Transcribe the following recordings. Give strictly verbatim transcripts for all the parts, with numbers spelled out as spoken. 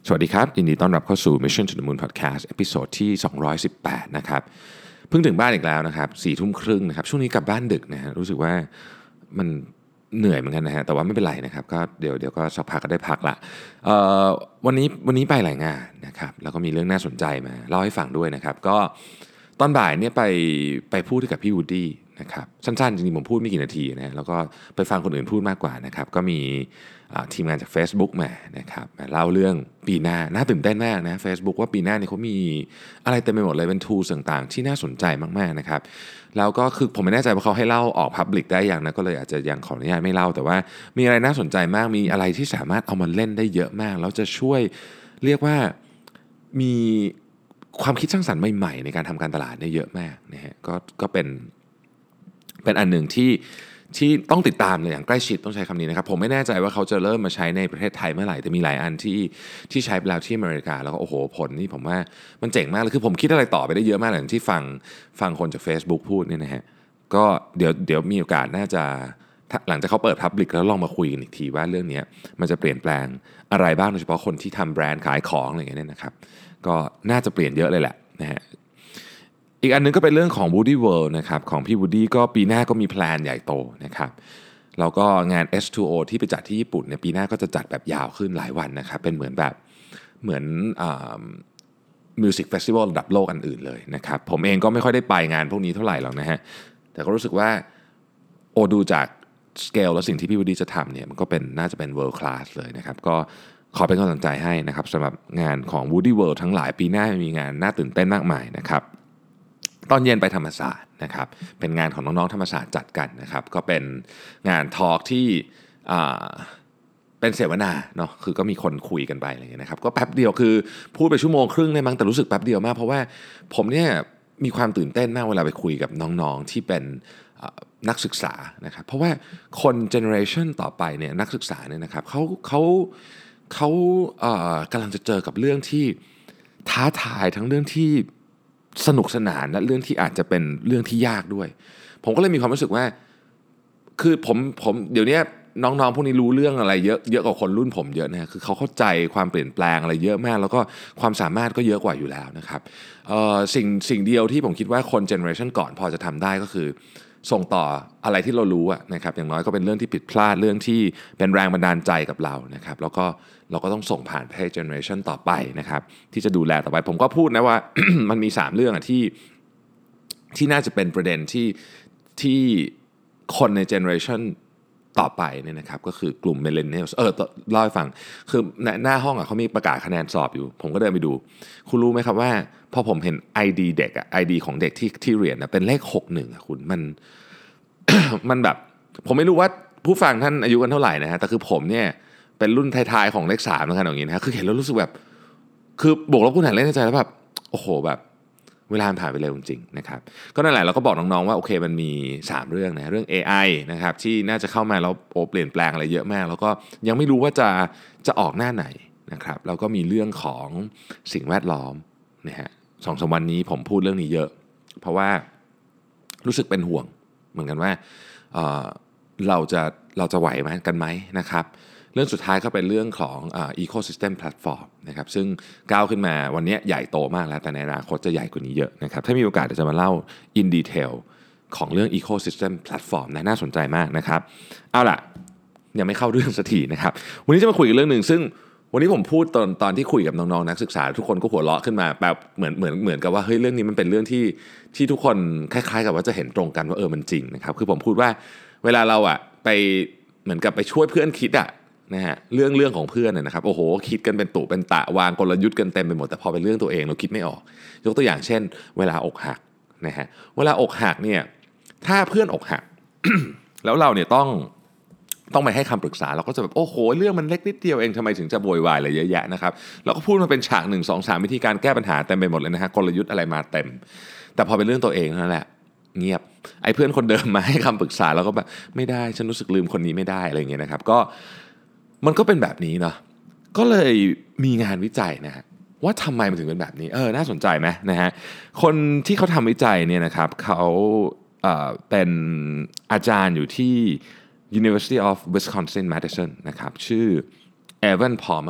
สวัสดีครับยินดีต้อนรับเข้าสู่ Mission to the Moon Podcast ตอนที่สองร้อยสิบแปดนะครับเพิ่งถึงบ้านอีกแล้วนะครับสี่ทุ่มครึ่งนะครับช่วงนี้กลับบ้านดึกนะฮะรู้สึกว่ามันเหนื่อยเหมือนกันนะฮะแต่ว่าไม่เป็นไรนะครับก็เดี๋ยวเดี๋ยวก็สักพักก็ได้พักละเอ่อวันนี้วันนี้ไปหลายงานนะครับแล้วก็มีเรื่องน่าสนใจมาเล่าให้ฟังด้วยนะครับก็ตอนบ่ายเนี่ยไปไปพูดกับพี่วูดดี้นะครับสั้นๆจริงๆผมพูดไม่กี่นาทีนะแล้วก็ไปฟังคนอื่นพูดมากกว่านะครับก็มีทีมงานจาก Facebook มานะครับมาเล่าเรื่องปีหน้าน่าตื่นเต้นมากนะ Facebook ว่าปีหน้าเนี่ยเขามีอะไรเต็มไปหมดเลยเป็น tools ต่างๆที่น่าสนใจมากๆนะครับแล้วก็คือผมไม่แน่ใจว่าเขาให้เล่าออก Public ได้อย่างนะก็เลยอาจจะยังขออนุญาตไม่เล่าแต่ว่ามีอะไรน่าสนใจมากมีอะไรที่สามารถเอามาเล่นได้เยอะมากแล้วจะช่วยเรียกว่ามีความคิดสร้างสรรค์ใหม่ๆในการทำการตลาดได้เยอะมากนะฮะก็ก็เป็นเป็นอันหนึ่งที่ที่ต้องติดตามเลยอย่างใกล้ชิดต้องใช้คำนี้นะครับผมไม่แน่ใจว่าเขาจะเริ่มมาใช้ในประเทศไทยเมื่อไหร่แต่มีหลายอันที่ที่ใช้ไปแล้วที่อเมริกาแล้วก็โอ้โหผลนี่ผมว่ามันเจ๋งมากเลยคือผมคิดอะไรต่อไปได้เยอะมากอย่างที่ฟังฟังคนจาก Facebook พูดเนี่ยนะฮะก็เดี๋ยวเดี๋ยวมีโอกาสน่าจะหลังจากเขาเปิด Public แล้วลองมาคุยกันอีกทีว่าเรื่องนี้มันจะเปลี่ยนแปลงอะไรบ้างโดยเฉพาะคนที่ทำแบรนด์ขายของอะไรอย่างเงี้ยนะครับก็น่าจะเปลี่ยนเยอะเลยแหละนะฮะอีกอันนึงก็เป็นเรื่องของ Woody World นะครับของพี่ Woody ก็ปีหน้าก็มีแพลนใหญ่โตนะครับแล้วก็งาน เอส ทู โอ ที่ไปจัดที่ญี่ปุ่นเนี่ยปีหน้าก็จะจัดแบบยาวขึ้นหลายวันนะครับเป็นเหมือนแบบเหมือนมิวสิกเฟสติวัลระดับโลกอันอื่นเลยนะครับผมเองก็ไม่ค่อยได้ไปงานพวกนี้เท่าไหร่หรอกนะฮะแต่ก็รู้สึกว่าโอดูจากสเกลและสิ่งที่พี่ Woody จะทำเนี่ยมันก็เป็นน่าจะเป็น world class เลยนะครับก็ขอเป็นกำลังใจให้นะครับสำหรับงานของ Woody World ทั้งหลายปีหน้ามีงานน่าตื่นเต้นมากมายนะครับตอนเย็นไปธรรมศาสตร์นะครับเป็นงานของน้องๆธรรมศาสตร์จัดกันนะครับก็เป็นงานทอล์กที่เป็นเสวนาเนาะคือก็มีคนคุยกันไปอะไรเงี้ยนะครับก็แป๊บเดียวคือพูดไปชั่วโมงครึ่งเลยมั้งแต่รู้สึกแป๊บเดียวมากเพราะว่าผมเนี่ยมีความตื่นเต้นมากเวลาไปคุยกับน้องๆที่เป็นนักศึกษานะครับเพราะว่าคนเจเนอเรชันต่อไปเนี่ยนักศึกษาเนี่ยนะครับเขาเขาเขาเอ่อกำลังจะเจอกับเรื่องที่ท้าทายทั้งเรื่องที่สนุกสนานและเรื่องที่อาจจะเป็นเรื่องที่ยากด้วยผมก็เลยมีความรู้สึกว่าคือผมผมเดี๋ยวนี้น้องๆพวกนี้รู้เรื่องอะไรเยอะเยอะกว่าคนรุ่นผมเยอะนะคือเขาเข้าใจความเปลี่ยนแปลงอะไรเยอะมากแล้วก็ความสามารถก็เยอะกว่าอยู่แล้วนะครับเอ่อสิ่งสิ่งเดียวที่ผมคิดว่าคนเจเนอเรชันก่อนพอจะทำได้ก็คือส่งต่ออะไรที่เรารู้อะนะครับอย่างน้อยก็เป็นเรื่องที่ผิดพลาดเรื่องที่เป็นแรงบันดาลใจกับเรานะครับแล้วก็เราก็ต้องส่งผ่านให้เจเนอเรชันต่อไปนะครับที่จะดูแลต่อไปผมก็พูดนะว่า มันมีสามเรื่องอะที่ที่น่าจะเป็นประเด็นที่ที่คนในเจเนอเรชันต่อไปเนี่ยนะครับก็คือกลุ่ม Millennials เออเล่าให้ฟังคือหน้าห้องอ่ะเขามีประกาศคะแนนสอบอยู่ผมก็เดินไปดูคุณรู้ไหมครับว่าพอผมเห็น ไอ ดี เด็กอ่ะ ไอ ดี ของเด็กที่ที่เรียนนะเป็นเลขหกสิบเอ็ดอ่ะคุณมัน มันแบบผมไม่รู้ว่าผู้ฟังท่านอายุกันเท่าไหร่นะฮะแต่คือผมเนี่ยเป็นรุ่นท้ายๆของเลขสามนะครับอย่างนี้นะคือเห็นแล้วรู้สึกแบบคือบวกลบคูณหารเล่นในใจแล้วแบบโอ้โหแบบเวลาผ่านไปเร็วจริงๆนะครับก็นั่นแหละเราก็บอกน้องๆว่าโอเคมันมีสามเรื่องนะเรื่อง เอ ไอ นะครับที่น่าจะเข้ามาแล้วโอ้เปลี่ยนแปลงอะไรเยอะมากแล้วก็ยังไม่รู้ว่าจะจะออกหน้าไหนนะครับแล้วก็มีเรื่องของสิ่งแวดล้อมนะฮะสองสามวันนี้ผมพูดเรื่องนี้เยอะเพราะว่ารู้สึกเป็นห่วงเหมือนกันว่าเอ่อเราจะเราจะไหวไหมกันไหมนะครับเรื่องสุดท้ายก็เป็นเรื่องของเอ่อ ecosystem platform นะครับซึ่งก้าวขึ้นมาวันนี้ใหญ่โตมากแล้วแต่ในอนาคตจะใหญ่กว่านี้เยอะนะครับถ้ามีโอกาสจะมาเล่า in detail ของเรื่อง ecosystem platform นะน่าสนใจมากนะครับเอาล่ะยังไม่เข้าเรื่องสักทีนะครับวันนี้จะมาคุยกันเรื่องหนึ่งซึ่งวันนี้ผมพูดตอนตอนที่คุยกับน้องๆนักศึกษาทุกคนก็หัวเราะขึ้นมาแบบเหมือนเหมือนเหมือนกับว่าเฮ้ยเรื่องนี้มันเป็นเรื่องที่ที่ทุกคนคล้ายๆกับว่าจะเห็นตรงกันว่าเออมันจริงนะครับคือผมพูดว่าเวลาเราอะไปเหมือนกับไปช่วยเพื่อนคิดอะนะฮะเรื่องเรื่องของเพื่อนนะครับโอ้โหคิดกันเป็นตุเป็นตะวางกลยุทธ์กันเต็มไปหมดแต่พอเป็นเรื่องตัวเองเราคิดไม่ออกยกตัวอย่างเช่นเวลาอกหักนะฮะเวลาอกหักเนี่ยถ้าเพื่อนอกหัก แล้วเราเนี่ยต้องต้องไปให้คำปรึกษาเราก็จะแบบโอ้โหเรื่องมันเล็กนิดเดียวเองทำไมถึงจะโวยวายอะไรเยอะแยะนะครับเราก็พูดมาเป็นฉากหนึ่งสองสามวิธีการแก้ปัญหาเต็มไปหมดเลยนะฮะกลยุทธ์อะไรมาเต็มแต่พอเป็นเรื่องตัวเองนั่นแหละเงียบไอ้เพื่อนคนเดิมมาให้คำปรึกษาเราก็แบบไม่ได้ฉันรู้สึกลืมคนนี้ไม่ได้อะไรอย่างเงี้ยนะครับก็มันก็เป็นแบบนี้เนาะก็เลยมีงานวิจัยนะฮะว่าทำไมมันถึงเป็นแบบนี้เออน่าสนใจไหมนะฮะคนที่เขาทำวิจัยเนี่ยนะครับเขาเอ่อเป็นอาจารย์อยู่ที่University of Wisconsin Madison นะครับชื่อ Evan Portman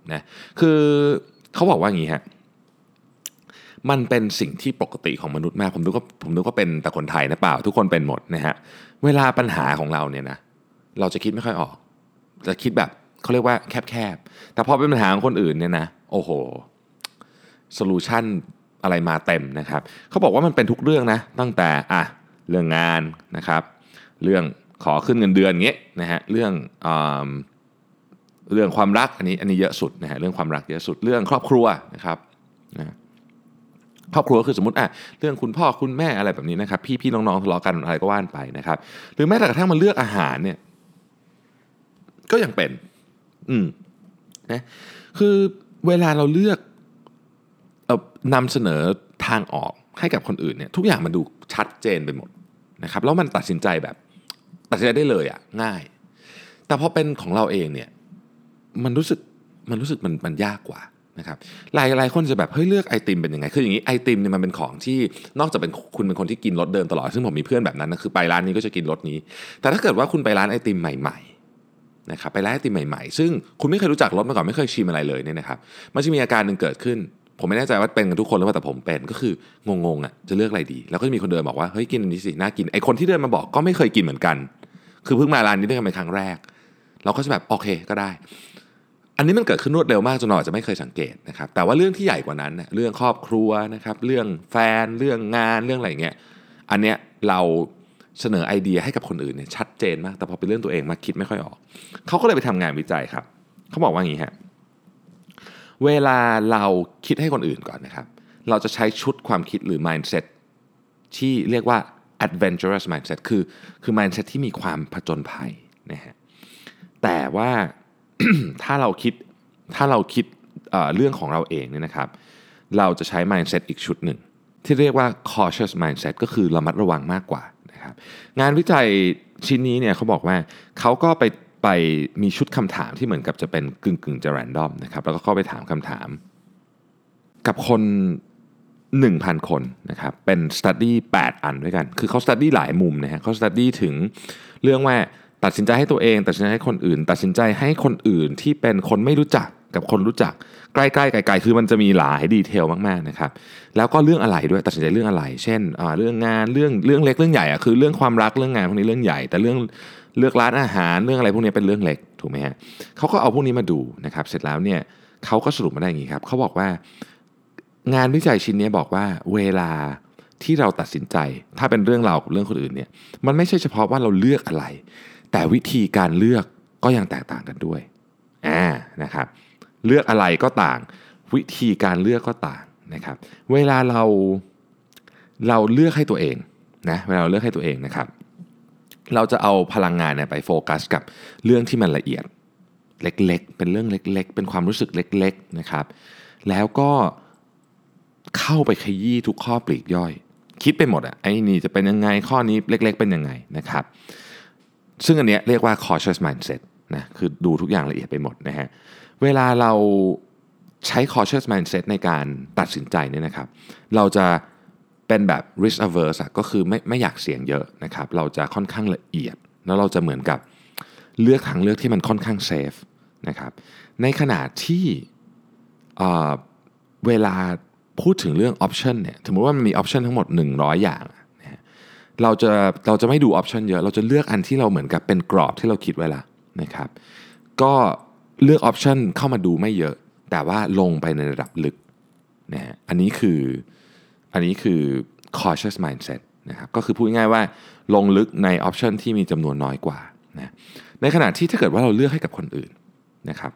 นะคือเขาบอกว่าอย่างนี้ฮะมันเป็นสิ่งที่ปกติของมนุษย์มากผมนึกว่าผมนึกว่าเป็นแต่คนไทยนะเปล่าทุกคนเป็นหมดนะฮะเวลาปัญหาของเราเนี่ยนะเราจะคิดไม่ค่อยออกจะคิดแบบเขาเรียกว่าแคบๆแต่พอเป็นปัญหาของคนอื่นเนี่ยนะโอ้โหโซลูชันอะไรมาเต็มนะครับเขาบอกว่ามันเป็นทุกเรื่องนะตั้งแต่อ่ะเรื่องงานนะครับเรื่องขอขึ้นเงินเดือนเงี้ยนะฮะเรื่องอ่าเรื่องความรักอันนี้อันนี้เยอะสุดนะฮะเรื่องความรักเยอะสุดเรื่องครอบครัวนะครับนะครอบครัวคือสมมติอ่ะเรื่องคุณพ่อคุณแม่อะไรแบบนี้นะครับพี่พี่น้องๆทะเลาะกันอะไรก็ว่านไปนะครับหรือแม้แต่กระทั่งมาเลือกอาหารเนี่ยก็ยังเป็นอืมนะคือเวลาเราเลือกเอ่อนำเสนอทางออกให้กับคนอื่นเนี่ยทุกอย่างมันดูชัดเจนไปหมดนะครับแล้วมันตัดสินใจแบบตัดสินใจได้เลยอ่ะง่ายแต่พอเป็นของเราเองเนี่ยมันรู้สึกมันรู้สึกมันมันยากกว่านะครับหลายหลายคนจะแบบเฮ้ยเลือกไอติมเป็นยังไงคืออย่างนี้ไอติมเนี่ยมันเป็นของที่นอกจากเป็นคุณเป็นคนที่กินรสเดิมตลอดซึ่งผมมีเพื่อนแบบนั้นนะคือไปร้านนี้ก็จะกินรสนี้แต่ถ้าเกิดว่าคุณไปร้านไอติมใหม่ๆนะครับไปร้านไอติมใหม่ๆซึ่งคุณไม่เคยรู้จักรสมาก่อนไม่เคยชิมอะไรเลยเนี่ยนะครับมันจะมีอาการหนึ่งเกิดขึ้นผมไม่แน่ใจว่าเป็นกันทุกคนหรือเปล่าแต่ผมเป็นก็คืองงๆอ่ะจะเลือกอะไรดีแล้วก็จะมีคนเดินบอกว่าเฮ้ยกินอันนี้สิน่ากินไอคนที่เดินมาบอกก็ไม่เคยกินเหมือนกันคือเพิ่งมาร้านนี้ด้วยกันเป็นครั้งแรกเราก็จะแบบโอเคก็ได้อันนี้มันเกิดขึ้นรวดเร็วมากจนเราอาจจะไม่เคยสังเกตนะครับแต่ว่าเรื่องที่ใหญ่กว่านั้นเรื่องครอบครัวนะครับเรื่องแฟนเรื่องงานเรื่องอะไรเงี้ยอันเนี้ยเราเสนอไอเดียให้กับคนอื่นเนี่ยชัดเจนมากแต่พอเป็นเรื่องตัวเองมาคิดไม่ค่อยออกเขาก็เลยไปทำงานวิจัยครับเขาบอกว่าอย่างนี้ฮะเวลาเราคิดให้คนอื่นก่อนนะครับเราจะใช้ชุดความคิดหรือ mindset ที่เรียกว่า adventurous mindset คือคือ mindset ที่มีความผจญภัยนะฮะแต่ว่า ถ้าเราคิดถ้าเราคิด เอ่อ เรื่องของเราเองเนี่ยนะครับเราจะใช้ mindset อีกชุดหนึ่งที่เรียกว่า cautious mindset ก็คือระมัดระวังมากกว่านะครับงานวิจัยชิ้นนี้เนี่ยเขาบอกว่าเขาก็ไปไปมีชุดคำถามที่เหมือนกับจะเป็นกึ่งกึ่งจะ random นะครับแล้วก็เข้าไปถามคำถามกับคน หนึ่งพัน คนนะครับเป็น study แปดอันด้วยกันคือเขา study หลายมุมนะฮะเขา study ถึงเรื่องว่าตัดสินใจให้ตัวเองตัดสินใจให้คนอื่นตัดสินใจให้คนอื่นที่เป็นคนไม่รู้จักกับคนรู้จักใกล้ๆไกลๆคือมันจะมีหลายดีเทลมากๆนะครับแล้วก็เรื่องอะไรด้วยตัดสินใจเรื่องอะไรเช่นเรื่องงานเรื่องเรื่องเล็กเรื่องใหญ่อะคือเรื่องความรักเรื่องงานพวกนี้เรื่องใหญ่แต่เรื่องเลือกร้านอาหารเรื่องอะไรพวกนี้เป็นเรื่องเล็กถูกไหมฮะเขาก็เอาพวกนี้มาดูนะครับเสร็จแล้วเนี่ยเขาก็สรุปมาได้อย่างนี้ครับเขาบอกว่างานวิจัยชิ้นนี้บอกว่าเวลาที่เราตัดสินใจถ้าเป็นเรื่องเรากับเรื่องคนอื่นเนี่ยมันไม่ใช่เฉพาะว่าเราเลือกอะไรแต่วิธีการเลือกก็ยังแตกต่างกันด้วยอ่านะครับเลือกอะไรก็ต่างวิธีการเลือกก็ต่างนะครับเวลาเราเราเลือกให้ตัวเองนะเวลาเราเลือกให้ตัวเองนะครับเราจะเอาพลังงานเนี่ยไปโฟกัสกับเรื่องที่มันละเอียดเล็กๆเป็นเรื่องเล็กๆเป็นความรู้สึกเล็กๆนะครับแล้วก็เข้าไปขยี้ทุกข้อปลีกย่อยคิดไปหมดอ่ะไอ้นี่จะเป็นยังไงข้อนี้เล็กๆเป็นยังไงนะครับซึ่งอันเนี้ยเรียกว่า cautious mindset นะคือดูทุกอย่างละเอียดไปหมดนะฮะเวลาเราใช้ cautious mindset ในการตัดสินใจเนี่ยนะครับเราจะเป็นแบบ risk averse ก็คือไม่ไม่อยากเสี่ยงเยอะนะครับเราจะค่อนข้างละเอียดแล้วเราจะเหมือนกับเลือกทางเลือกที่มันค่อนข้างเซฟนะครับในขณะที่เอ่อเวลาพูดถึงเรื่อง option เนี่ยสมมติว่ามันมี option ทั้งหมดหนึ่งร้อยอย่างนะเราจะเราจะไม่ดู option เยอะเราจะเลือกอันที่เราเหมือนกับเป็นกรอบที่เราคิดไว้ละนะครับก็เลือก option เข้ามาดูไม่เยอะแต่ว่าลงไปในระดับลึกนะฮะอันนี้คืออันนี้คือ cautious mindset นะครับก็คือพูดง่ายๆว่าลงลึกใน option ที่มีจำนวนน้อยกว่านะในขณะที่ถ้าเกิดว่าเราเลือกให้กับคนอื่นนะครับ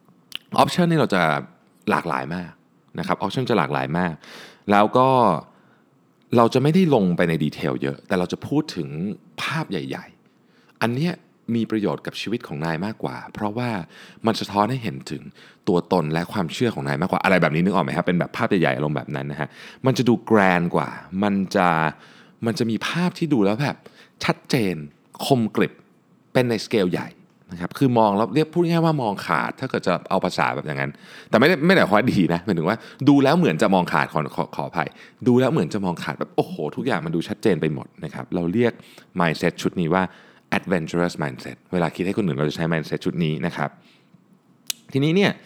option นี่เราจะหลากหลายมากนะครับ option จะหลากหลายมากแล้วก็เราจะไม่ได้ลงไปในดีเทลเยอะแต่เราจะพูดถึงภาพใหญ่ๆอันเนี้ยมีประโยชน์กับชีวิตของนายมากกว่าเพราะว่ามันสะท้อนให้เห็นถึงตัวตนและความเชื่อของนายมากกว่าอะไรแบบนี้นึกออกไหมครับเป็นแบบภาพใหญ่ๆอารมณ์แบบนั้นนะฮะมันจะดูแกรนด์กว่ามันจะมันจะมีภาพที่ดูแล้วแบบชัดเจนคมกริบเป็นในสเกลใหญ่นะครับคือมองแล้วเรียกพูดง่ายๆว่ามองขาดถ้าเกิดจะเอาภาษาแบบอย่างนั้นแต่ไม่ได้ไม่ได้ความดีนะหมายถึงว่าดูแล้วเหมือนจะมองขาดขอขอขออภัยดูแล้วเหมือนจะมองขาดแบบโอ้โหทุกอย่างมันดูชัดเจนไปหมดนะครับเราเรียก mindset ชุดนี้ว่า adventurous mindset เวลาคิดให้คนอื่นเราจะใช้ mindset ชุดนี้นะครับทีนี้เนี่ย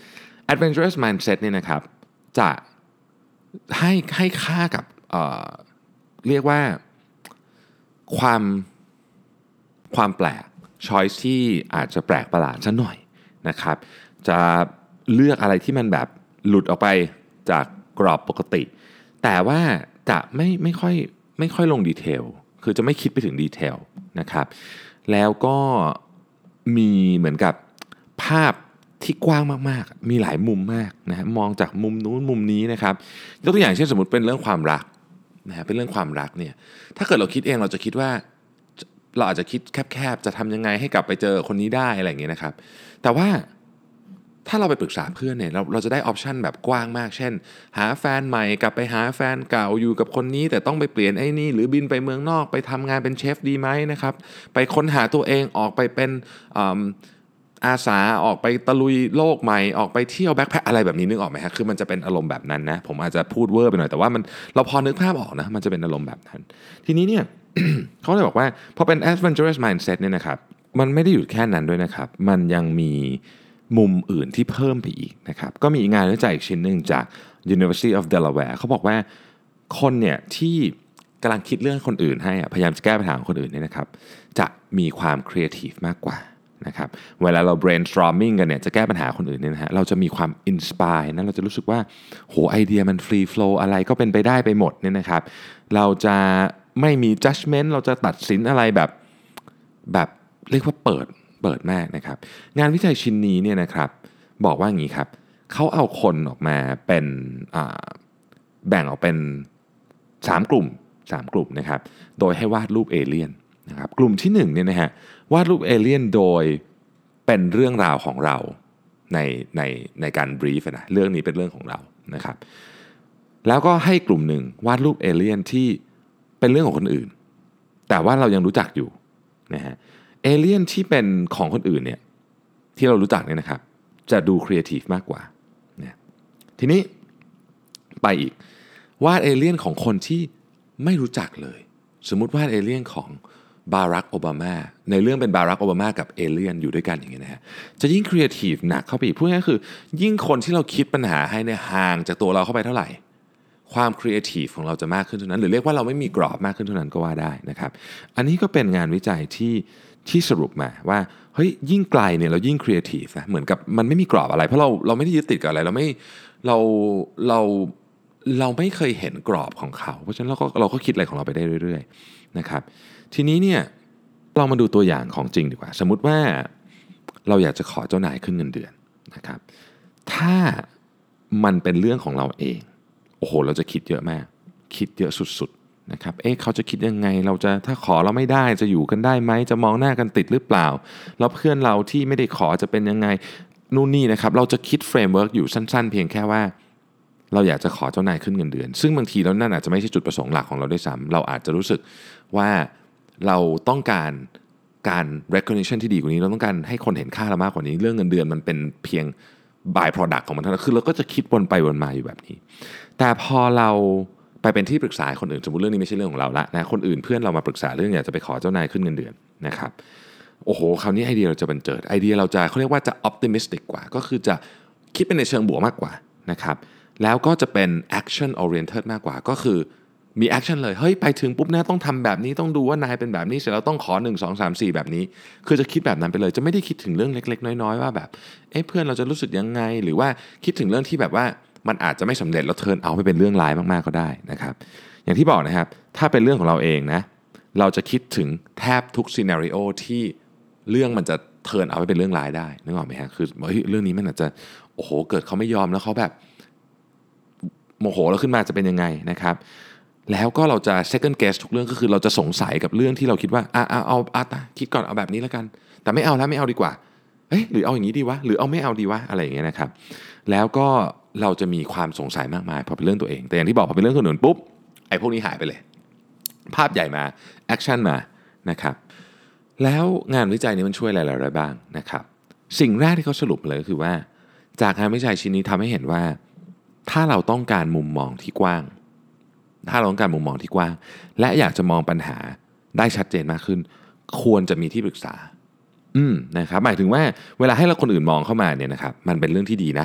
adventurous mindset เนี่ยนะครับจะให้ให้ค่ากับเอ่อเรียกว่าความความแปลก choice ที่อาจจะแปลกประหลาดสักหน่อยนะครับจะเลือกอะไรที่มันแบบหลุดออกไปจากกรอบปกติแต่ว่าจะไม่ไม่ค่อยไม่ค่อยลงดีเทลคือจะไม่คิดไปถึงดีเทลนะครับแล้วก็มีเหมือนกับภาพที่กว้างมากๆมีหลายมุมมากนะฮะมองจากมุมนู้นมุมนี้นะครับยกตัวอย่างเช่นสมมุติเป็นเรื่องความรักนะฮะเป็นเรื่องความรักเนี่ยถ้าเกิดเราคิดเองเราจะคิดว่าเราอาจจะคิดแคบๆจะทำยังไงให้กลับไปเจอคนนี้ได้อะไรอย่างเงี้ยนะครับแต่ว่าถ้าเราไปปรึกษาเพื่อนเนี่ยเราเราจะได้ออปชันแบบกว้างมากเช่นหาแฟนใหม่กลับไปหาแฟนเก่าอยู่กับคนนี้แต่ต้องไปเปลี่ยนไอ้นี่หรือบินไปเมืองนอกไปทำงานเป็นเชฟดีไหมนะครับไปค้นหาตัวเองออกไปเป็นอาสาออกไปตะลุยโลกใหม่ออกไปเที่ยวแบ็คแพคอะไรแบบนี้นึกออกไหมครับคือมันจะเป็นอารมณ์แบบนั้นนะผมอาจจะพูดเวอร์ไปหน่อยแต่ว่ามันเราพอนึกภาพออกนะมันจะเป็นอารมณ์แบบนั้นทีนี้เนี่ย เขาเลยบอกว่าพอเป็น adventurous mindset เนี่ยนะครับมันไม่ได้อยู่แค่นั้นด้วยนะครับมันยังมีมุมอื่นที่เพิ่มไปอีกนะครับก็มีงานวิจัยอีกชิ้นหนึ่งจาก University of Delaware เขาบอกว่าคนเนี่ยที่กำลังคิดเรื่องคนอื่นให้พยายามจะแก้ปัญหาของคนอื่นเนี่ยนะครับจะมีความ creative มากกว่านะครับเวลาเรา brainstorming กันเนี่ยจะแก้ปัญหาคนอื่นเนี่ยนะฮะเราจะมีความ inspire นะเราจะรู้สึกว่าโหไอเดียมัน free flow อะไรก็เป็นไปได้ไปหมดเนี่ยนะครับเราจะไม่มี judgment เราจะตัดสินอะไรแบบแบบเรียกว่าเปิดเปิดมากนะครับงานวิจัยชิ้นนี้เนี่ยนะครับบอกว่าอย่างนี้ครับเขาเอาคนออกมาเป็นแบ่งออกเป็นสามกลุ่มสามกลุ่มนะครับโดยให้วาดรูปเอเลี่ยนนะครับกลุ่มที่หนึ่งเนี่ยนะฮะวาดรูปเอเลี่ยนโดยเป็นเรื่องราวของเราในในในการบรีฟนะเรื่องนี้เป็นเรื่องของเรานะครับแล้วก็ให้กลุ่มหนึ่งวาดรูปเอเลี่ยนที่เป็นเรื่องของคนอื่นแต่ว่าเรายังรู้จักอยู่นะฮะเอเลี่ยนที่เป็นของคนอื่นเนี่ยที่เรารู้จักเนี่ยนะครับจะดูครีเอทีฟมากกว่าเนี่ยทีนี้ไปอีกวาดเอเลี่ยนของคนที่ไม่รู้จักเลยสมมุติวาดเอเลี่ยนของบารักโอบามาในเรื่องเป็นบารักโอบามากับเอเลี่ยนอยู่ด้วยกันอย่างเงี้ยนะฮะจะยิ่งครีเอทีฟหนักเข้าไปอีกพูดง่ายๆคือยิ่งคนที่เราคิดปัญหาให้เนี่ยห่างจากตัวเราเข้าไปเท่าไหร่ความครีเอทีฟของเราจะมากขึ้นเท่านั้นหรือเรียกว่าเราไม่มีกรอบมากขึ้นเท่านั้นก็ว่าได้นะครับอันนี้ก็เป็นงานวิจัยที่ที่สรุปมาว่าเฮ้ยยิ่งไกลเนี่ยเรายิ่งครีเอทีฟนะเหมือนกับมันไม่มีกรอบอะไรเพราะเราเราไม่ได้ยึดติดกับอะไรเราไม่เราเราเราไม่เคยเห็นกรอบของเขาเพราะฉะนั้นเราก็เราก็คิดอะไรของเราไปได้เรื่อยๆนะครับทีนี้เนี่ยเรามาดูตัวอย่างของจริงดีกว่าสมมุติว่าเราอยากจะขอเจ้านายขึ้นเงินเดือนนะครับถ้ามันเป็นเรื่องของเราเองโอ้โหเราจะคิดเยอะมากคิดเยอะสุดๆนะครับเอ๊ะเขาจะคิดยังไงเราจะถ้าขอเราไม่ได้จะอยู่กันได้ไหมจะมองหน้ากันติดหรือเปล่าแล้วเพื่อนเราที่ไม่ได้ขอจะเป็นยังไงนู่นนี่นะครับเราจะคิดเฟรมเวิร์กอยู่สั้นๆเพียงแค่ว่าเราอยากจะขอเจ้านายขึ้นเงินเดือนซึ่งบางทีแล้วนั่นอาจจะไม่ใช่จุดประสงค์หลักของเราด้วยซ้ำเราอาจจะรู้สึกว่าเราต้องการการ recognition ที่ดีกว่านี้เราต้องการให้คนเห็นค่าเรามากกว่านี้เรื่องเงินเดือนมันเป็นเพียง by product ของมันเท่านั้นคือเราก็จะคิดวนไปวนมาอยู่แบบนี้แต่พอเราไปเป็นที่ปรึกษาคนอื่นสมมุติเรื่องนี้ไม่ใช่เรื่องของเราละนะคนอื่นเพื่อนเรามาปรึกษาเรื่องอยากจะไปขอเจ้านายขึ้นเงินเดือนนะครับโอ้โหคราวนี้ไอเดียเราจะบันเจิดไอเดียเราจะเขาเรียกว่าจะ optimistic กว่าก็คือจะคิดเป็นในเชิงบวกมากกว่านะครับแล้วก็จะเป็น action oriented มากกว่าก็คือมี action เลยเฮ้ยไปถึงปุ๊บนะต้องทำแบบนี้ต้องดูว่านายเป็นแบบนี้เสร็จแล้วต้องขอหนึ่ง สอง สาม สี่แบบนี้คือจะคิดแบบนั้นไปเลยจะไม่ได้คิดถึงเรื่องเล็กๆน้อยๆว่าแบบเอ๊ะเพื่อนเราจะรู้สึกยังไงหรือว่าคิดถึงเรื่องที่แบบว่ามันอาจจะไม่สำเร็จแล้วเทิร์นเอาไปเป็นเรื่องร้ายมากๆก็ได้นะครับอย่างที่บอกนะครับถ้าเป็นเรื่องของเราเองนะเราจะคิดถึงแทบทุกซีนาริโอที่เรื่องมันจะเทิร์นเอาไปเป็นเรื่องร้ายได้นึกออกไหมฮะคือเฮ้ยเรื่องนี้มันอาจจะโอ้โหเกิดเขาไม่ยอมแล้วเขาแบบโมโหแล้วขึ้นมาจะเป็นยังไงนะครับแล้วก็เราจะ second guess ทุกเรื่องก็คือเราจะสงสัยกับเรื่องที่เราคิดว่าอ่ะเอาเอาเอาคิดก่อนเอาแบบนี้แล้วกันแต่ไม่เอาแล้วไม่เอาดีกว่าเฮ้ยหรือเอาอย่างนี้ดีวะหรือเอาไม่เอาดีวะอะไรอย่างเงี้ยนะครับแล้วก็เราจะมีความสงสัยมากมายพอเป็นเรื่องตัวเองแต่อย่างที่บอกพอเป็นเรื่องคนอื่นปุ๊บไอ้พวกนี้หายไปเลยภาพใหญ่มาแอคชั่นมานะครับแล้วงานวิจัยนี้มันช่วยอะไรเราได้บ้างนะครับสิ่งแรกที่เขาสรุปเลยคือว่าจากงานวิจัยชิ้นนี้ทำให้เห็นว่าถ้าเราต้องการมุมมองที่กว้างถ้าเราต้องการมุมมองที่กว้างและอยากจะมองปัญหาได้ชัดเจนมากขึ้นควรจะมีที่ปรึกษาอืมนะครับหมายถึงว่าเวลาให้เราคนอื่นมองเข้ามาเนี่ยนะครับมันเป็นเรื่องที่ดีนะ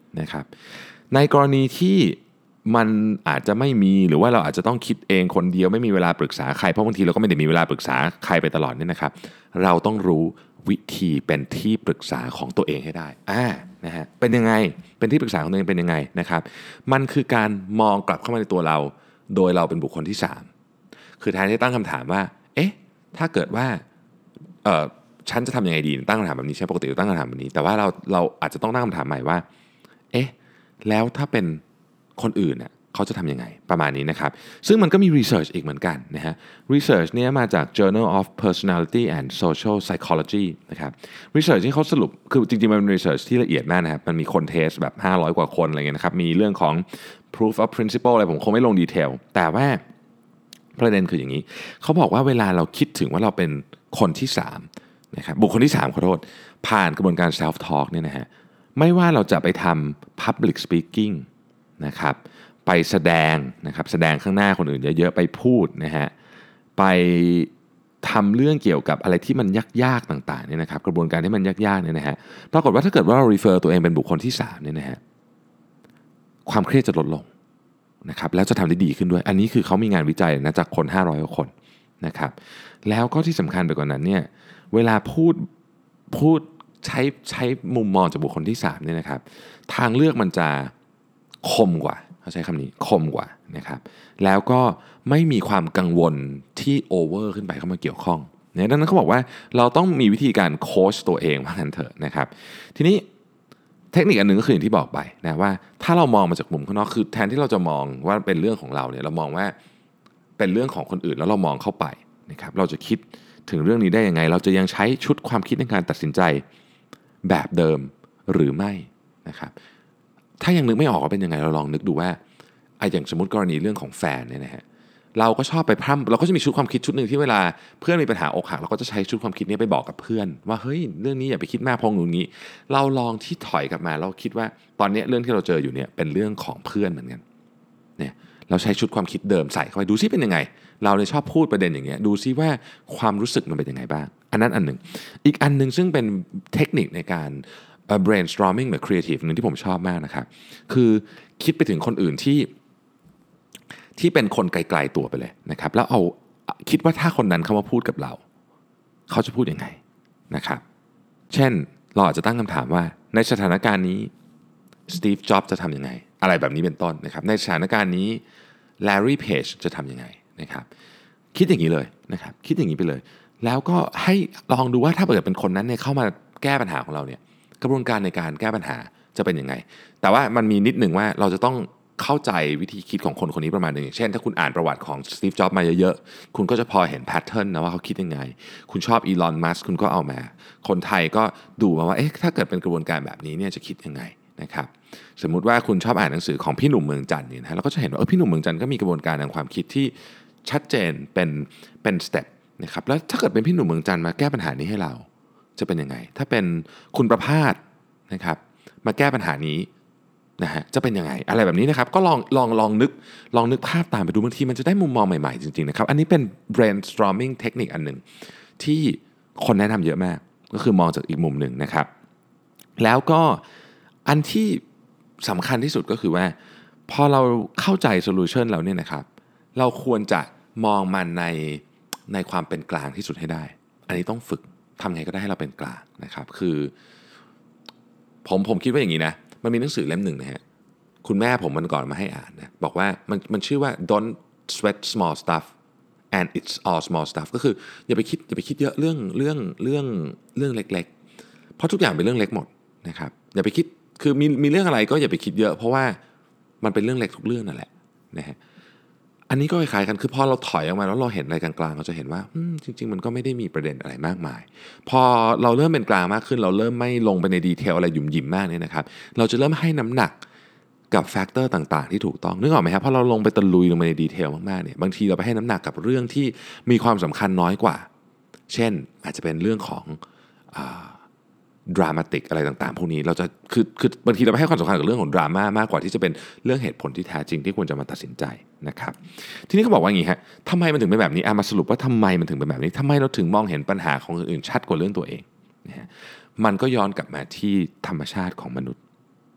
นะครับในกรณีที่มันอาจจะไม่มีหรือว่าเราอาจจะต้องคิดเองคนเดียวไม่มีเวลาปรึกษาใครเพราะบางทีเราก็ไม่ได้มีเวลาปรึกษาใครไปตลอดเนี่ยนะครับเราต้องรู้วิธีเป็นที่ปรึกษาของตัวเองให้ได้อ่านะฮะเป็นยังไงเป็นที่ปรึกษาของตัวเองเป็นยังไงนะครับมันคือการมองกลับเข้ามาในตัวเราโดยเราเป็นบุคคลที่สามคือแทนที่ตั้งคำถามว่าเอ๊ะถ้าเกิดว่าเอ่อฉันจะทำยังไงดีตั้งคำถามแบบนี้ใช่ปกติเราตั้งคำถามแบบนี้แต่ว่าเราเราอาจจะต้องตั้งคำถามใหม่ว่าเอ๊ะแล้วถ้าเป็นคนอื่นเนี่ยเขาจะทำยังไงประมาณนี้นะครับซึ่งมันก็มี research อีกเหมือนกันนะฮะ research เนี่ยมาจาก Journal of Personality and Social Psychology นะครับ research ที่เขาสรุปคือจริงๆมันเป็น research ที่ละเอียดมากนะครับมันมีคนเทสแบบห้าร้อยกว่าคนอะไรเงี้ยนะครับมีเรื่องของ proof of principle อะไรผมคงไม่ลงดีเทลแต่ว่าประเด็นคืออย่างนี้เขาบอกว่าเวลาเราคิดถึงว่าเราเป็นคนที่สามนะครับบุคคลที่สามขอโทษผ่านกระบวนการ self talk เนี่ยนะฮะไม่ว่าเราจะไปทำ public speaking นะครับไปแสดงนะครับแสดงข้างหน้าคนอื่นเยอะๆไปพูดนะฮะไปทำเรื่องเกี่ยวกับอะไรที่มันยากๆต่างๆเนี่ยนะครับกระบวนการที่มันยากๆเนี่ยนะฮะปรากฏว่าถ้าเกิดว่าเรา refer ตัวเองเป็นบุคคลที่สามเนี่ยนะฮะความเครียดจะลดลงนะครับแล้วจะทำได้ดีขึ้นด้วยอันนี้คือเขามีงานวิจัยนะจากคนห้าร้อยกว่าคนนะครับแล้วก็ที่สำคัญไปกว่านั้นเนี่ยเวลาพูดพูดใช้ใช้มุมมองจากบุคคลที่สามเนี่ยนะครับทางเลือกมันจะคมกว่าเขาใช้คำนี้คมกว่านะครับแล้วก็ไม่มีความกังวลที่โอเวอร์ขึ้นไปเข้ามาเกี่ยวข้องเนี่ยดังนั้นเขาบอกว่าเราต้องมีวิธีการโค้ชตัวเองว่างั้นเถอะนะครับทีนี้เทคนิคอันหนึ่งก็คืออย่างที่บอกไปนะว่าถ้าเรามองมาจากมุมข้างนอกคือแทนที่เราจะมองว่าเป็นเรื่องของเราเนี่ยเรามองว่าเป็นเรื่องของคนอื่นแล้วเรามองเข้าไปนะครับเราจะคิดถึงเรื่องนี้ได้ยังไงเราจะยังใช้ชุดความคิดในการตัดสินใจแบบเดิมหรือไม่นะครับถ้ายังนึกไม่ออกว่าเป็นยังไงเราลองนึกดูว่าไอ้อย่างสมมติกรณีเรื่องของแฟนเนี่ยนะฮะเราก็ชอบไปพร่ำเราก็จะมีชุดความคิดชุดหนึ่งที่เวลาเพื่อนมีปัญหาอกหักเราก็จะใช้ชุดความคิดนี้ไปบอกกับเพื่อนว่าเฮ้ยเรื่องนี้อย่าไปคิดมากพองอย่างนี้เราลองที่ถอยกลับมาเราคิดว่าตอนนี้เรื่องที่เราเจออยู่เนี่ยเป็นเรื่องของเพื่อนเหมือนกันเนี่ยเราใช้ชุดความคิดเดิมใส่เข้าไปดูซิเป็นยังไงเราเนี่ยชอบพูดประเด็นอย่างเงี้ยดูซิว่าความรู้สึกมันเป็นยังไงบ้างอันนั้นอันหนึ่งอีกอันหนึ่งซึ่งเป็นเทคนิคในการUh, brainstorming แบบ creative นึงที่ผมชอบมากนะครับคือคิดไปถึงคนอื่นที่ที่เป็นคนไกลๆตัวไปเลยนะครับแล้วเอาคิดว่าถ้าคนนั้นเขามาพูดกับเราเขาจะพูดยังไงนะครับเช่นเราอาจจะตั้งคำถามว่าในสถานการณ์นี้สตีฟจ็อบส์จะทำยังไงอะไรแบบนี้เป็นต้นนะครับในสถานการณ์นี้แลร์รี่เพจจะทำยังไงนะครับคิดอย่างนี้เลยนะครับคิดอย่างนี้ไปเลยแล้วก็ให้ลองดูว่าถ้าเกิดเป็นคนนั้นเนี่ยเข้ามาแก้ปัญหาของเราเนี่ยกระบวนการในการแก้ปัญหาจะเป็นยังไงแต่ว่ามันมีนิดหนึ่งว่าเราจะต้องเข้าใจวิธีคิดของคนคนนี้ประมาณนึงอย่างเช่นถ้าคุณอ่านประวัติของสตีฟจ็อบส์มาเยอะๆคุณก็จะพอเห็นแพทเทิร์นนะว่าเขาคิดยังไงคุณชอบอีลอนมัสก์คุณก็เอามาคนไทยก็ดูมาว่าเอ๊ะถ้าเกิดเป็นกระบวนการแบบนี้เนี่ยจะคิดยังไงนะครับสมมุติว่าคุณชอบอ่านหนังสือของพี่หนุ่มเมืองจันทร์เนี่ยนะเราก็จะเห็นว่าเออพี่หนุ่มเมืองจันทร์ก็มีกระบวนการทางความคิดที่ชัดเจนเป็นเป็นสเต็ปนะครับแล้วถ้าเกิดเป็นพี่หนุ่มเมืองจันทร์มาแก้ปัญหานี้ให้เราจะเป็นยังไงถ้าเป็นคุณประภาสนะครับมาแก้ปัญหานี้นะฮะจะเป็นยังไงอะไรแบบนี้นะครับก็ลองลองลองนึกลองนึกภาพตามไปดูบางทีมันจะได้มุมมองใหม่ๆจริงๆนะครับอันนี้เป็น brainstorming เทคนิคอันหนึ่งที่คนแนะนำเยอะมากก็คือมองจากอีกมุมหนึ่งนะครับแล้วก็อันที่สำคัญที่สุดก็คือว่าพอเราเข้าใจโซลูชันแล้วเนี่ยนะครับเราควรจะมองมันในในความเป็นกลางที่สุดให้ได้อันนี้ต้องฝึกทำไงก็ได้ให้เราเป็นกลางนะครับคือผมผมคิดว่าอย่างนี้นะมันมีหนังสือเล่มหนึ่งนะฮะคุณแม่ผมมันก่อนมาให้อ่านนะบอกว่ามันมันชื่อว่า don't sweat small stuff and it's all small stuff ก็คืออย่าไปคิดอย่าไปคิดเยอะเรื่องเรื่องเรื่องเรื่องเล็กๆเพราะทุกอย่างเป็นเรื่องเล็กหมดนะครับอย่าไปคิดคือมีมีเรื่องอะไรก็อย่าไปคิดเยอะเพราะว่ามันเป็นเรื่องเล็กทุกเรื่องนั่นแหละนะฮะอันนี้ก็คล้ายๆกันคือพอเราถอยออกมาแล้วเราเห็นอะไรกลางๆเราจะเห็นว่าจริงๆมันก็ไม่ได้มีประเด็นอะไรมากมายพอเราเริ่มเป็นกลางมากขึ้นเราเริ่มไม่ลงไปในดีเทลอะไรหยุ่มหยิมมากเนี่ยนะครับเราจะเริ่มให้น้ำหนักกับแฟกเตอร์ต่างๆที่ถูกต้องนึกออกไหมครับพอเราลงไปตะลุยลงไปในดีเทลมากๆเนี่ยบางทีเราไปให้น้ำหนักกับเรื่องที่มีความสำคัญน้อยกว่าเช่นอาจจะเป็นเรื่องของดรามาติกอะไรต่างๆพวกนี้เราจะคือคือบางทีเราไปให้ความสำคัญกับเรื่องของดราม่ามากกว่าที่จะเป็นเรื่องเหตุผลที่แท้จริงที่ควรจะมาตัดสินใจนะครับทีนี้เขาบอกว่าอย่างนี้ฮะทำไมมันถึงเป็นแบบนี้มาสรุปว่าทำไมมันถึงเป็นแบบนี้ทำไมเราถึงมองเห็นปัญหาของคนอื่นชัดกว่าเรื่องตัวเองนะฮะมันก็ย้อนกลับมาที่ธรรมชาติของมนุษย์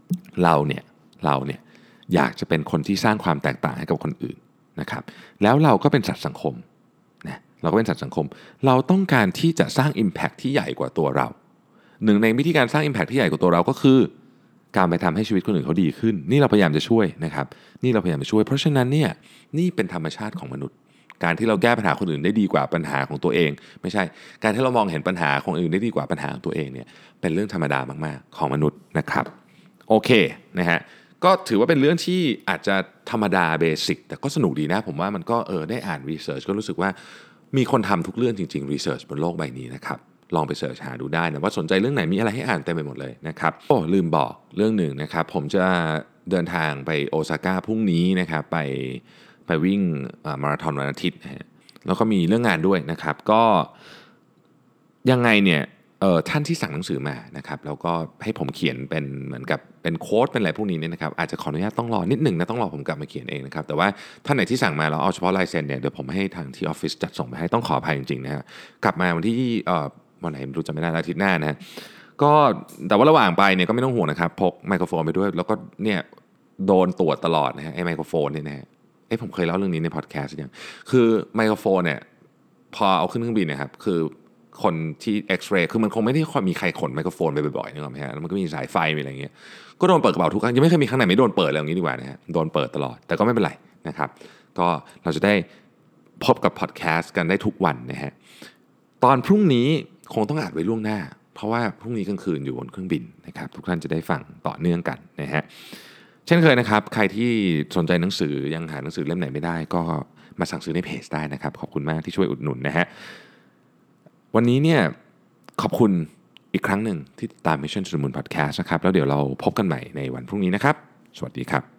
เราเนี่ยเราเนี่ยอยากจะเป็นคนที่สร้างความแตกต่างให้กับคนอื่นนะครับแล้วเราก็เป็นสัตว์สังคมนะเราก็เป็นสัตว์สังคมเราต้องการที่จะสร้าง Impact ที่ใหญ่กว่าตัวเราหนึ่งในวิธีการสร้าง Impact ที่ใหญ่กว่าตัวเราก็คือการไปทำให้ชีวิตคนอื่นเขาดีขึ้นนี่เราพยายามจะช่วยนะครับนี่เราพยายามจะช่วยเพราะฉะนั้นเนี่ยนี่เป็นธรรมชาติของมนุษย์การที่เราแก้ปัญหาคนอื่นได้ดีกว่าปัญหาของตัวเองไม่ใช่การที่เรามองเห็นปัญหาของอื่นได้ดีกว่าปัญหาของตัวเองเนี่ยเป็นเรื่องธรรมดามากๆของมนุษย์นะครับโอเคนะฮะก็ถือว่าเป็นเรื่องที่อาจจะธรรมดาเบสิกแต่ก็สนุกดีนะผมว่ามันก็เออได้อ่านรีเสิร์ชก็รู้สึกว่ามีคนทำทุกเรื่องจริงๆรีเสิร์ชบนโลกใบนี้นะครับลองไปเสิร์ชหาดูได้นะว่าสนใจเรื่องไหนมีอะไรให้อ่านเต็มไปหมดเลยนะครับโอ้ลืมบอกเรื่องหนึ่งนะครับผมจะเดินทางไปโอซาก้าพรุ่งนี้นะครับไปไปวิ่งมาราธอนวันอาทิตย์นะฮะแล้วก็มีเรื่องงานด้วยนะครับก็ยังไงเนี่ยเอ่อท่านที่สั่งหนังสือมานะครับแล้วก็ให้ผมเขียนเป็นเหมือนกับเป็นโค้ดเป็นอะไรพวกนี้เนี่ยนะครับอาจจะขออนุญาตต้องรอนิดหนึ่งนะต้องรอผมกลับมาเขียนเองนะครับแต่ว่าท่านไหนที่สั่งมาแล้วเอาเฉพาะลายเซ็นเนี่ยเดี๋ยวผมให้ทางที่ออฟฟิศจัดส่งไปให้ต้องขออภัยจริงๆนะฮะกลับมาวันที่เอ่อวันไหนไม่รู้จำไม่ได้อาทิตย์หน้านะก็แต่ว่าระหว่างไปเนี่ยก็ไม่ต้องห่วงนะครับพกไมโครโฟนไปด้วยแล้วก็เนี่ยโดนตรวจตลอดนะฮะไอ้ไมโครโฟนเนี่ยนะฮะเอ้ผมเคยเล่าเรื่องนี้ในพอดแคสต์ยังคือไมโครโฟนเนี่ยพอเอาขึ้นเครื่องบินนะครับคือคนที่เอ็กซเรย์คือมันคงไม่ได้มีใครขนไมโครโฟนไปบ่อยๆนึกออกไหมฮะแล้วมันก็มีสายไฟมีอะไรอย่างเงี้ยก็โดนเปิดกระเป๋าทุกครั้งยังไม่เคยมีครั้งไหนไม่โดนเปิดเลยอย่างนี้ดีกว่านะฮะโดนเปิดตลอดแต่ก็ไม่เป็นไรนะครับก็เราจะได้พบกับพอดแคสต์กันได้ทุกวันนะฮะตอนพรุ่งนี้คงต้องอ่านไว้ล่วงหน้าเพราะว่าพรุ่งนี้กลางคืนอยู่บนเครื่องบินนะครับทุกท่านจะได้ฟังต่อเนื่องกันนะฮะเช่นเคยนะครับใครที่สนใจหนังสือยังหาหนังสือเล่มไหนไม่ได้ก็มาสั่งซื้อในเพจได้นะครับขอบคุณมากที่ช่วยอุดหนุนนะฮะวันนี้เนี่ยขอบคุณอีกครั้งหนึ่งที่ติดตาม Mission to the Moon Podcast นะครับแล้วเดี๋ยวเราพบกันใหม่ในวันพรุ่งนี้นะครับสวัสดีครับ